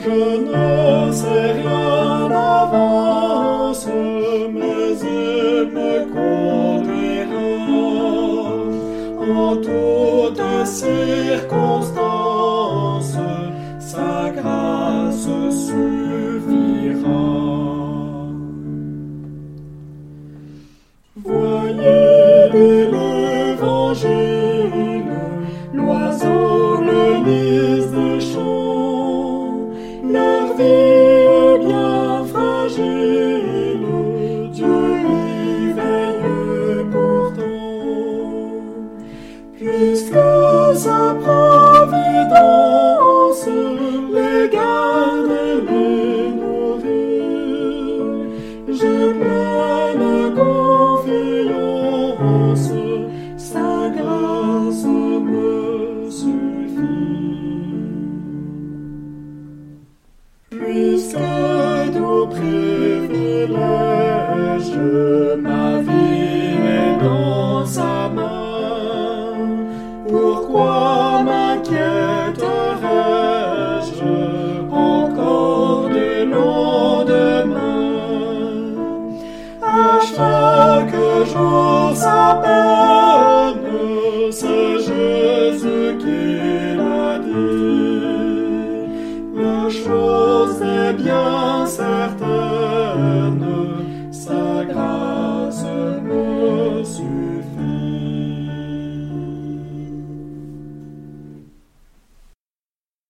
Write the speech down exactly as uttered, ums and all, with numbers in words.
Je ne sais rien d'avance, mais il me conduira. En toutes circonstances, sa grâce suffira. Voyez l'Évangile, l'oiseau, le lys des champs, leur vie est bien fragile, Dieu y veille pourtant. Puisque sa providence les garde et les nourrit, j'ai pleine confiance, sa grâce me suffit. Puisque doux privilège, ma vie est dans sa main, pourquoi m'inquiéterais-je encore du lendemain? À chaque jour sa peine, c'est Jésus qui l'a dit. La chose est bien, c'est